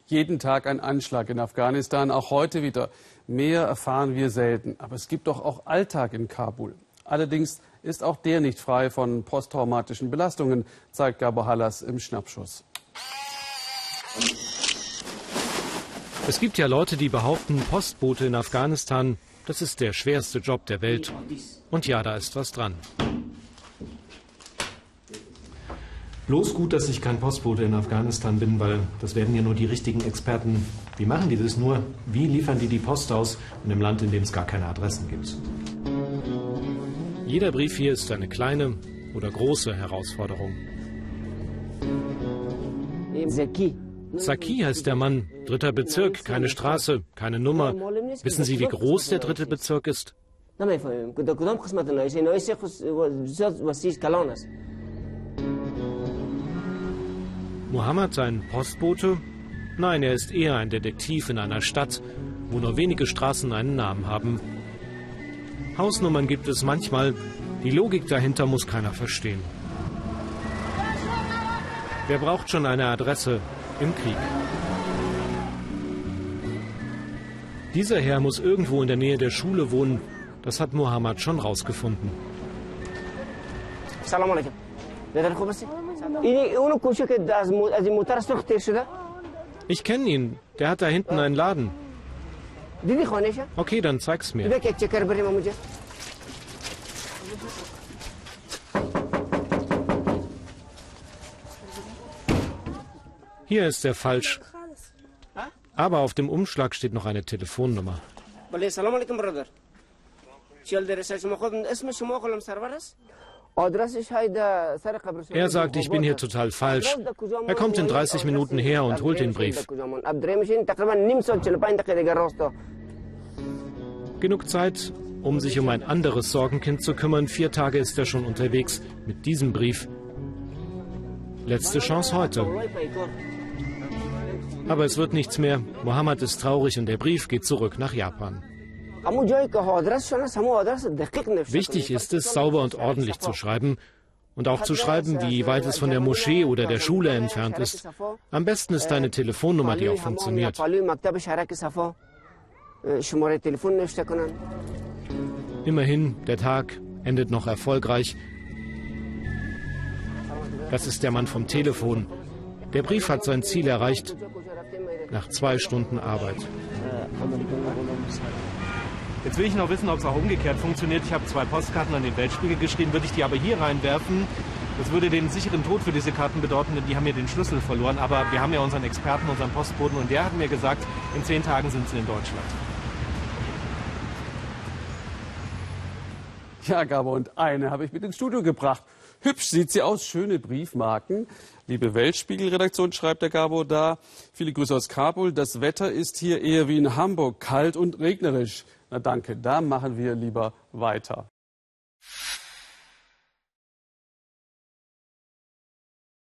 Jeden Tag ein Anschlag in Afghanistan, auch heute wieder. Mehr erfahren wir selten. Aber es gibt doch auch Alltag in Kabul. Allerdings ist auch der nicht frei von posttraumatischen Belastungen, zeigt Gabor Hallas im Schnappschuss. Es gibt ja Leute, die behaupten, Postbote in Afghanistan, das ist der schwerste Job der Welt. Und ja, da ist was dran. Bloß gut, dass ich kein Postbote in Afghanistan bin, weil das werden ja nur die richtigen Experten. Wie machen die das nur? Wie liefern die Post aus in einem Land, in dem es gar keine Adressen gibt? Jeder Brief hier ist eine kleine oder große Herausforderung. Zaki heißt der Mann, 3. Bezirk, keine Straße, keine Nummer. Wissen Sie, wie groß der 3. Bezirk ist? Mohammed ein Postbote? Nein, er ist eher ein Detektiv in einer Stadt, wo nur wenige Straßen einen Namen haben. Hausnummern gibt es manchmal, die Logik dahinter muss keiner verstehen. Wer braucht schon eine Adresse im Krieg? Dieser Herr muss irgendwo in der Nähe der Schule wohnen, das hat Mohammed schon rausgefunden. Salam alaikum. Ich kenne ihn, der hat da hinten einen Laden. Okay, dann zeig's mir. Hier ist er falsch. Aber auf dem Umschlag steht noch eine Telefonnummer. Er sagt, ich bin hier total falsch. Er kommt in 30 Minuten her und holt den Brief. Genug Zeit, um sich um ein anderes Sorgenkind zu kümmern. 4 Tage ist er schon unterwegs mit diesem Brief. Letzte Chance heute. Aber es wird nichts mehr. Mohammed ist traurig und der Brief geht zurück nach Japan. Wichtig ist es, sauber und ordentlich zu schreiben und auch zu schreiben, wie weit es von der Moschee oder der Schule entfernt ist. Am besten ist eine Telefonnummer, die auch funktioniert. Immerhin, der Tag endet noch erfolgreich. Das ist der Mann vom Telefon. Der Brief hat sein Ziel erreicht, nach 2 Stunden Arbeit. Jetzt will ich noch wissen, ob es auch umgekehrt funktioniert. Ich habe 2 Postkarten an den Weltspiegel geschrieben. Würde ich die aber hier reinwerfen, das würde den sicheren Tod für diese Karten bedeuten, denn die haben ja den Schlüssel verloren. Aber wir haben ja unseren Experten, unseren Postboten, und der hat mir gesagt, in 10 Tagen sind sie in Deutschland. Ja, Gabor, und eine habe ich mit ins Studio gebracht. Hübsch sieht sie aus, schöne Briefmarken. Liebe Weltspiegel-Redaktion, schreibt der Gabor da. Viele Grüße aus Kabul. Das Wetter ist hier eher wie in Hamburg, kalt und regnerisch. Na danke, da machen wir lieber weiter.